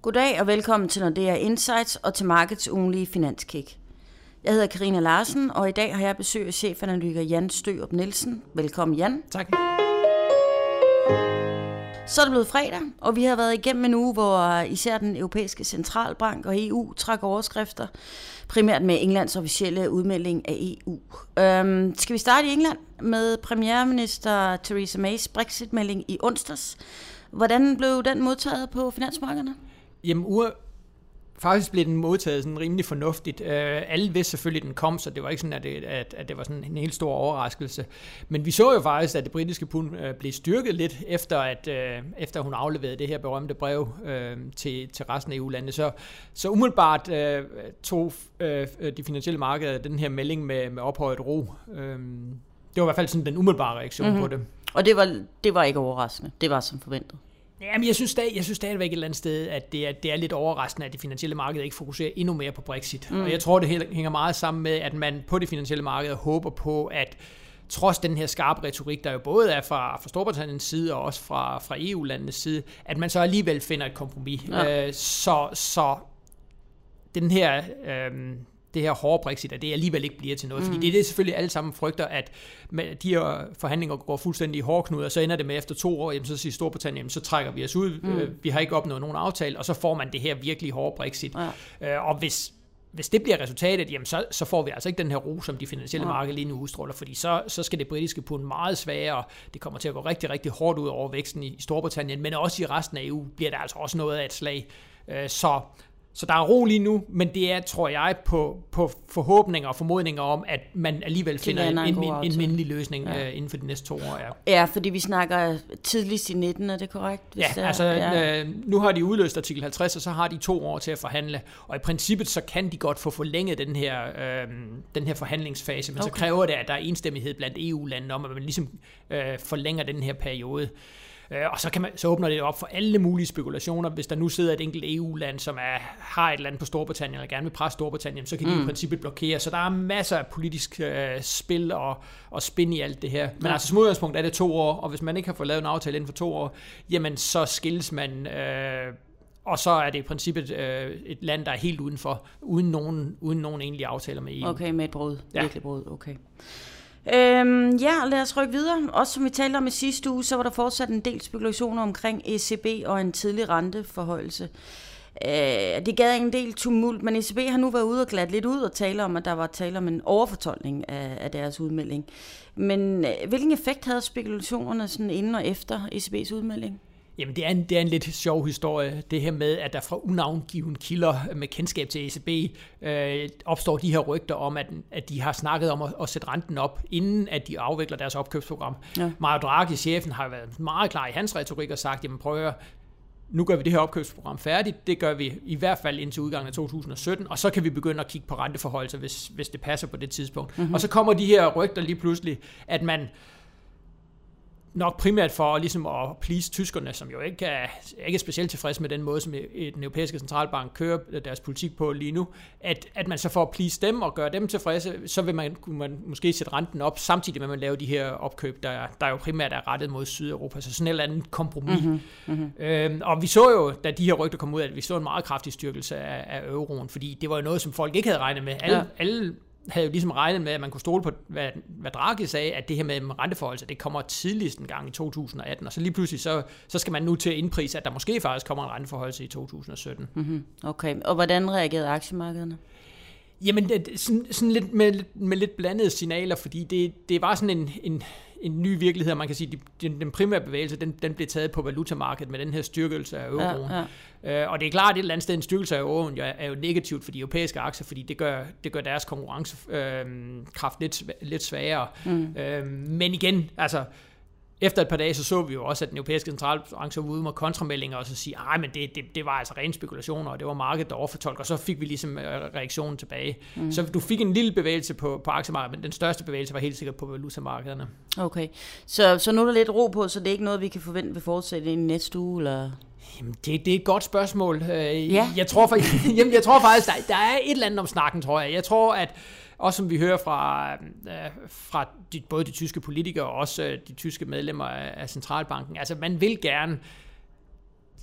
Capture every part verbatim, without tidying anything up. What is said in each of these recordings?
Goddag og velkommen til Nordea Insights og til Markets ugenlige finanskick. Jeg hedder Karina Larsen, og i dag har jeg besøg af chefanalytiker Jan Størup Nielsen. Velkommen, Jan. Tak. Så er det blevet fredag, og vi har været igennem en uge, hvor især den europæiske centralbank og E U trak overskrifter, primært med Englands officielle udmelding af E U. Øhm, skal vi starte i England med premierminister Theresa Mays Brexit-melding i onsdags? Hvordan blev den modtaget på finansmarkederne? Jamen, ur... faktisk blev den modtaget sådan rimelig fornuftigt. Uh, alle vidste selvfølgelig, at den kom, så det var ikke sådan, at det, at, at det var sådan en helt stor overraskelse. Men vi så jo faktisk, at det britiske pund uh, blev styrket lidt, efter at uh, efter hun afleverede det her berømte brev uh, til, til resten af E U-landene. Så, så umiddelbart uh, tog uh, de finansielle markeder den her melding med, med ophøjet ro. Uh, det var i hvert fald sådan den umiddelbare reaktion mm-hmm. på det. Og det var, det var ikke overraskende. Det var som forventet. Jamen, jeg synes, stadig, jeg synes stadigvæk et eller andet sted, at det er, det er lidt overraskende, at de finansielle markeder ikke fokuserer endnu mere på Brexit. Mm. Og jeg tror, det hænger meget sammen med, at man på de finansielle markeder håber på, at trods den her skarpe retorik, der jo både er fra, fra Storbritanniens side og også fra, fra E U-landenes side, at man så alligevel finder et kompromis. Ja. Øh, så, så den her... Øh, det her hårde Brexit, at det alligevel ikke bliver til noget. Mm. Fordi det er det selvfølgelig alle sammen frygter, at de her forhandlinger går fuldstændig i hårdknude, og så ender det med efter to år, jamen, så siger Storbritannien, jamen, så trækker vi os ud, mm. vi har ikke opnået nogen aftale, og så får man det her virkelig hårde Brexit. Ja. Og hvis, hvis det bliver resultatet, jamen, så, så får vi altså ikke den her ro, som de finansielle ja. markeder lige nu udstråler, fordi så, så skal det britiske pund meget sværere, det kommer til at gå rigtig, rigtig hårdt ud over væksten i Storbritannien, men også i resten af E U bliver der altså også noget af et slag. Så Så der er ro lige nu, men det er, tror jeg, på, på forhåbninger og formodninger om, at man alligevel finder en, en, en, en mindelig løsning ja. uh, inden for de næste to år. Ja. ja, fordi vi snakker tidligst i nitten, er det korrekt? Ja, er, altså ja. Øh, nu har de udløst artikel halvtreds, og så har de to år til at forhandle, og i princippet så kan de godt få forlænget den her, øh, den her forhandlingsfase, men okay. så kræver det, at der er enstemmighed blandt E U-landene om, at man ligesom øh, forlænger den her periode. Og så, kan man, så åbner det op for alle mulige spekulationer. Hvis der nu sidder et enkelt E U-land, som er, har et land på Storbritannien, eller gerne vil presse Storbritannien, så kan de mm. i princippet blokere. Så der er masser af politisk øh, spil og, og spin i alt det her. Men ja. altså som udgangspunkt er det to år, og hvis man ikke har fået lavet en aftale inden for to år, jamen så skilles man, øh, og så er det i princippet øh, et land, der er helt udenfor, uden nogen, uden nogen egentlige aftaler med E U. Okay, med et brud. Ja. Virkelig brud, okay. Øhm, ja, lad os rykke videre. Også som vi talte om i sidste uge, så var der fortsat en del spekulationer omkring E C B og en tidlig renteforhøjelse. Øh, det gav en del tumult, men E C B har nu været ude og glatte lidt ud og tale om, at der var tale om en overfortolkning af, af deres udmelding. Men øh, hvilken effekt havde spekulationerne sådan inden og efter E C B's udmelding? Jamen, det er, en, det er en lidt sjov historie, det her med, at der fra unavngivne kilder med kendskab til E C B øh, opstår de her rygter om, at, at de har snakket om at, at sætte renten op, inden at de afvikler deres opkøbsprogram. Ja. Mario Draghi, chefen, har været meget klar i hans retorik og sagt, jamen prøv at høre, nu gør vi det her opkøbsprogram færdigt, det gør vi i hvert fald indtil udgangen af to tusind og sytten, og så kan vi begynde at kigge på renteforholdelser, hvis, hvis det passer på det tidspunkt. Mm-hmm. Og så kommer de her rygter lige pludselig, at man nok primært for ligesom at please tyskerne, som jo ikke er, ikke er specielt tilfreds med den måde, som den europæiske centralbank kører deres politik på lige nu, at, at man så får at please dem og gøre dem tilfredse, så vil man, kunne man måske sætte renten op, samtidig med at man laver de her opkøb, der, der jo primært er rettet mod Sydeuropa, så sådan et eller andet kompromis. Mm-hmm. Mm-hmm. Øhm, og vi så jo, da de her rygter kom ud, at vi så en meget kraftig styrkelse af, af euroen, fordi det var jo noget, som folk ikke havde regnet med. Alle, ja. alle havde jo ligesom regnet med, at man kunne stole på, hvad, hvad Draghi sagde, at det her med renteforholdelser, det kommer tidligst en gang i to tusind og atten, og så lige pludselig, så, så skal man nu til at indprise, at der måske faktisk kommer en renteforholdelse i to tusind og sytten. Mm-hmm. Okay, og hvordan reagerede aktiemarkederne? Jamen, det, sådan, sådan lidt med, med lidt blandede signaler, fordi det, det var sådan en, en, en ny virkelighed, og man kan sige, at den, den primære bevægelse, den, den blev taget på valutamarkedet med den her styrkelse af euroen. Ja, ja. Uh, og det er klart, at et eller andet sted en styrkelse af euroen er, er jo negativt for de europæiske aktier, fordi det gør, det gør deres konkurrencekraft uh, lidt, lidt svagere. Mm. Uh, men igen, altså efter et par dage, så så vi jo også, at den europæiske centralbank var ude med kontrameldinger og så sige, at det, det, det var altså rene spekulationer, og det var markedet, der overfortolker, og så fik vi ligesom reaktionen tilbage. Mm. Så du fik en lille bevægelse på, på aktiemarkedet, men den største bevægelse var helt sikkert på valutamarkederne. Okay, så, så nu er der lidt ro på, så det er ikke noget, vi kan forvente vil fortsætte i næste uge, eller? Jamen, det, det er et godt spørgsmål. Ja. Jeg, tror, for, jamen, jeg tror faktisk, der, der er et eller andet om snakken, tror jeg. Jeg tror, at også som vi hører fra, fra de, både de tyske politikere og også de tyske medlemmer af centralbanken, altså man vil gerne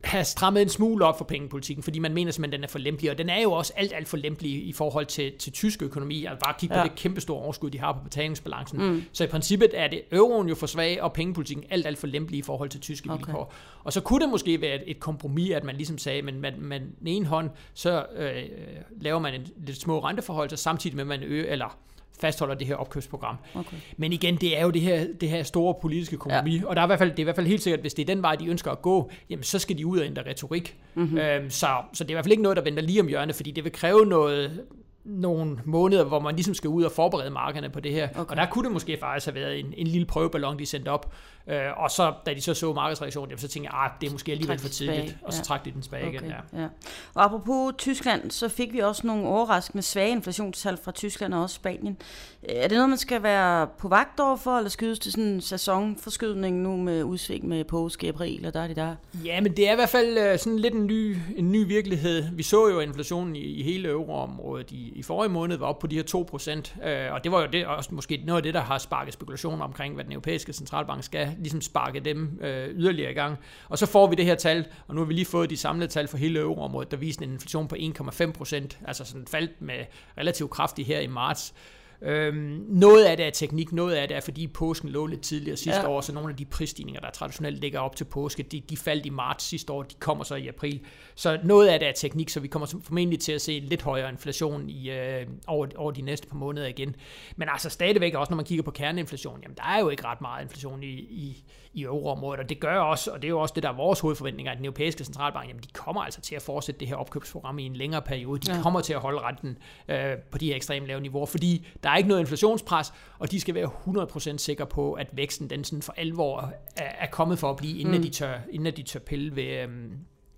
have strammet en smule op for pengepolitikken, fordi man mener simpelthen, at den er for lempelig, og den er jo også alt, alt for lempelig i forhold til, til tysk økonomi. Altså bare kigge på ja. det kæmpe store overskud, de har på betalingsbalancen. Mm. Så i princippet er det euroen jo for svag, og pengepolitikken alt, alt for lempelig i forhold til tyske okay. vilkår. Og så kunne det måske være et, et kompromis, at man ligesom sagde, men man, man den ene hånd, så øh, laver man en lidt små renteforhold, så samtidig med, at man øger, eller fastholder det her opkøbsprogram. Okay. Men igen, det er jo det her, det her store politiske kompromis, ja. og der er i hvert fald, det er i hvert fald helt sikkert, hvis det er den vej, de ønsker at gå, jamen så skal de ud og ændre retorik. Mm-hmm. Øhm, så, så det er i hvert fald ikke noget, der venter lige om hjørnet, fordi det vil kræve noget, nogle måneder, hvor man ligesom skal ud og forberede markederne på det her. Okay. Og der kunne det måske faktisk have været en, en lille prøveballon, de sendte op. Øh, og så, da de så så markedsreaktionen, så tænkte jeg, at det er måske alligevel for tidligt. Og så ja. trak de den tilbage okay. igen. Ja. Ja. Og apropos Tyskland, så fik vi også nogle overraskende svage inflationstal fra Tyskland og også Spanien. Er det noget, man skal være på vagt over for, eller skydes til sådan en sæsonforskydning nu med udsving med påske, april, og der er det der? Ja, men det er i hvert fald sådan lidt en ny, en ny virkelighed. Vi så jo inflationen i, i hele euroområdet i, i forrige måned var op på de her to procent, øh, og det var jo det, også måske noget af det, der har sparket spekulationer omkring, hvad den europæiske centralbank skal ligesom sparke dem øh, yderligere i gang. Og så får vi det her tal, og nu har vi lige fået de samlede tal for hele euroområdet, der viser en inflation på en komma fem procent, altså sådan faldt med relativt kraftigt her i marts. Øhm, noget af det er teknik, noget af det er, fordi påsken lå lidt tidligere sidste ja. år, så nogle af de prisstigninger, der traditionelt ligger op til påske, de, de faldt i marts sidste år, de kommer så i april. Så noget af det er teknik, så vi kommer formentlig til at se lidt højere inflation i, øh, over, over de næste par måneder igen. Men altså stadigvæk også, når man kigger på kerneinflation, jamen der er jo ikke ret meget inflation i, i, i euroområdet, og det gør også, og det er jo også det, der er vores hovedforventninger, at den europæiske centralbank, jamen de kommer altså til at fortsætte det her opkøbsprogram i en længere periode. De ja. kommer til at holde renten øh, på de her ekstremt lave niveauer, fordi der er ikke noget inflationspres, og de skal være hundrede procent sikre på, at væksten den sådan for alvor er, er kommet for at blive, inden, mm. de, tør, inden de tør pille ved. Øhm.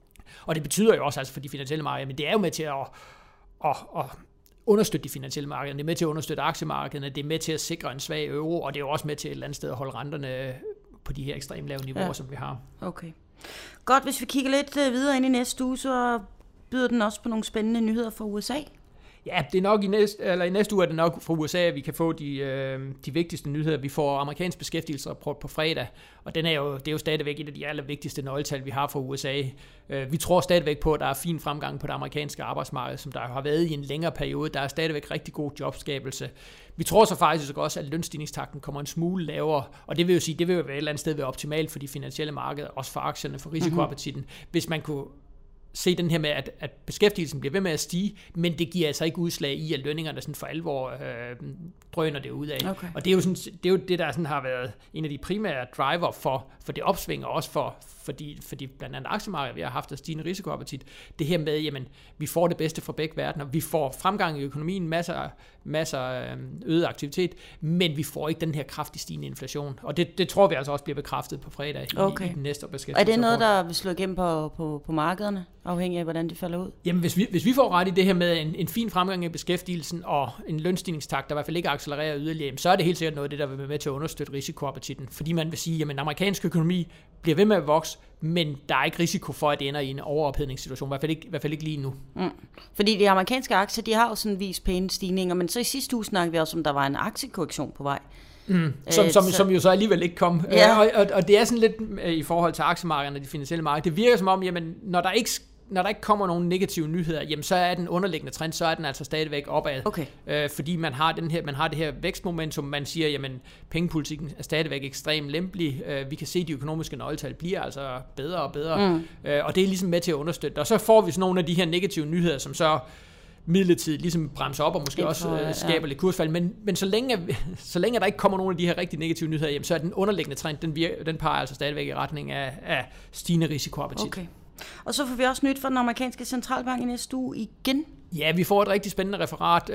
Og det betyder jo også altså for de finansielle markeder, men det er jo med til at, at, at understøtte de finansielle markeder, det er med til at understøtte aktiemarkederne, det er med til at sikre en svag euro, og det er jo også med til et eller andet sted at holde renterne på de her ekstremt lave niveauer, ja. som vi har. Okay. Godt, hvis vi kigger lidt videre ind i næste uge, så byder den også på nogle spændende nyheder fra U S A. Ja, det er nok i næste, eller i næste uge er det nok fra U S A, at vi kan få de, øh, de vigtigste nyheder. Vi får amerikansk beskæftigelsesrapport på fredag, og den er jo, det er jo stadigvæk et af de allervigtigste nøgletal, vi har fra U S A. Vi tror stadigvæk på, at der er fin fremgang på det amerikanske arbejdsmarked, som der har været i en længere periode. Der er stadigvæk rigtig god jobskabelse. Vi tror så faktisk også, at lønstigningstakten kommer en smule lavere, og det vil jo sige, det vil jo være et eller andet sted være optimalt for de finansielle markeder, også for aktierne, for risikoappetitten, mm-hmm. hvis man kunne se den her med, at, at beskæftigelsen bliver ved med at stige, men det giver altså ikke udslag i, at lønningerne sådan for alvor øh, drøner det ud af. Okay. Og det er, jo sådan, det er jo det, der sådan har været en af de primære driver for, for det opsving, og også for, fordi, fordi blandt andet aktiemarkedet, vi har haft af stigende risikoappetit, det her med, jamen, vi får det bedste fra begge verdener, vi får fremgang i økonomien, masser, masser øh, øget aktivitet, men vi får ikke den her kraftig stigende inflation. Og det, det tror vi altså også bliver bekræftet på fredag okay. i, i den næste beskæftigelsesrapport. Er det noget, der vil slå igennem på, på, på markederne? Afhængig af, hvordan de falder ud? Jamen, hvis vi, hvis vi får ret i det her med en, en fin fremgang i beskæftigelsen og en lønstigningstakt, der i hvert fald ikke accelererer yderligere, så er det helt sikkert noget af det, der vil være med til at understøtte risikoappetitten. Fordi man vil sige, at amerikansk økonomi bliver ved med at vokse, men der er ikke risiko for, at det ender i en overophedningssituation. I hvert fald ikke, i hvert fald ikke lige nu. Mm. Fordi de amerikanske aktier, de har jo sådan vist pæne stigninger, men så i sidste uge snakkede vi også om, der var en aktiekorrektion på vej. Mm. Som, øh, som, så... som jo så alligevel ikke kom. Ja. Og, og, og det er sådan lidt i forhold til aktiemarkederne og de finansielle markeder. Det virker som om, jamen, når der ikke når der ikke kommer nogen negative nyheder, jamen så er den underliggende trend, så er den altså stadigvæk opad. Okay. Øh, fordi man har, den her, man har det her vækstmomentum, man siger, jamen pengepolitikken er stadigvæk ekstremt lempelig. Øh, vi kan se, at de økonomiske nøgletal bliver altså bedre og bedre. Mm. Øh, og det er ligesom med til at understøtte. Og så får vi sådan nogle af de her negative nyheder, som så midlertidigt ligesom bremser op og måske Infra, også øh, skaber ja. lidt kursfald. Men, men så, længe, så længe der ikke kommer nogen af de her rigtig negative nyheder, jamen, så er den underliggende trend, den, virker, den peger altså stadigvæk i retning af, af stigende risikoappetit. Okay. Og så får vi også nyt fra den amerikanske centralbank i næste uge igen. Ja, vi får et rigtig spændende referat.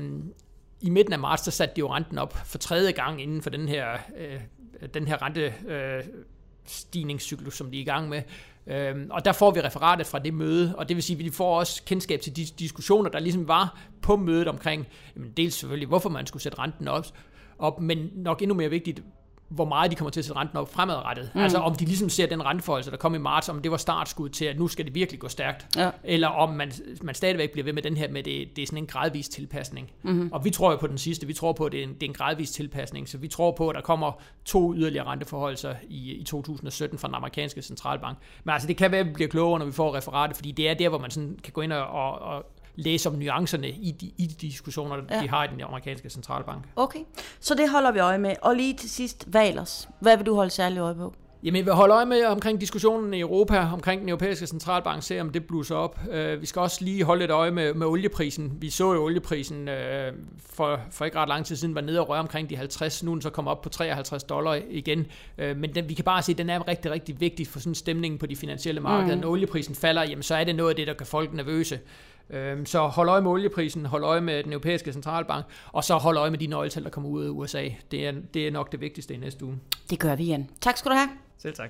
I midten af marts, der satte de jo renten op for tredje gang inden for den her, den her rentestigningscyklus, som de er i gang med. Og der får vi referatet fra det møde, og det vil sige, at vi får også kendskab til de diskussioner, der ligesom var på mødet omkring, jamen dels selvfølgelig, hvorfor man skulle sætte renten op, op men nok endnu mere vigtigt, hvor meget de kommer til at sætte renten op fremadrettet. Mm. Altså om de ligesom ser den renteforholdelse, der kom i marts, om det var startskud til, at nu skal det virkelig gå stærkt. Ja. Eller om man, man stadigvæk bliver ved med den her med, det, det er sådan en gradvis tilpasning. Mm-hmm. Og vi tror jo på den sidste. Vi tror på, at det er en, det er en gradvis tilpasning. Så vi tror på, at der kommer to yderligere renteforholdelser i, i to tusind og sytten fra den amerikanske centralbank. Men altså det kan være, at vi bliver klogere, når vi får referatet, fordi det er der, hvor man sådan kan gå ind og, og, og læse om nuancerne i de, i de diskussioner, ja. de har i den amerikanske centralbank. Okay, så det holder vi øje med. Og lige til sidst, Valers. Hvad vil du holde særligt øje på? Jamen, vi vil holde øje med omkring diskussionen i Europa, omkring den europæiske centralbank, se om det blusser op. Uh, vi skal også lige holde et øje med, med olieprisen. Vi så jo olieprisen uh, for, for ikke ret lang tid siden var nede og røre omkring de halvtreds, nu er den så kommet op på treoghalvtreds dollar igen. Uh, men den, vi kan bare se, at den er rigtig, rigtig vigtig for sådan stemningen på de finansielle markeder. Mm. Når olieprisen falder, jamen, så er det noget af det, der kan folk nervøse. Så hold øje med olieprisen, hold øje med den europæiske centralbank, og så hold øje med de nøgletal, der kommer ud af U S A. Det er, det er nok det vigtigste i næste uge. Det gør vi, Jan. Tak skal du have. Selv tak.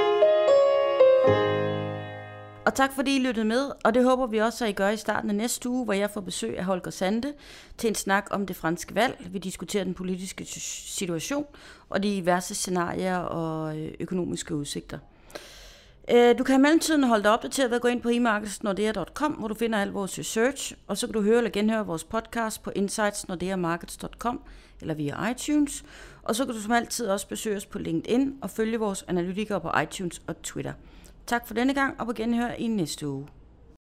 Og tak fordi I lyttede med, og det håber vi også, at I gør i starten af næste uge, hvor jeg får besøg af Holger Sande til en snak om det franske valg. Vi diskuterer den politiske situation og de diverse scenarier og økonomiske udsigter. Du kan i mellemtiden holde dig opdateret ved at gå ind på e markets nordea punktum com, hvor du finder al vores research, og så kan du høre eller genhøre vores podcast på insights nordea markets punktum com eller via iTunes. Og så kan du som altid også besøge os på LinkedIn og følge vores analytikere på iTunes og Twitter. Tak for denne gang, og på genhør i næste uge.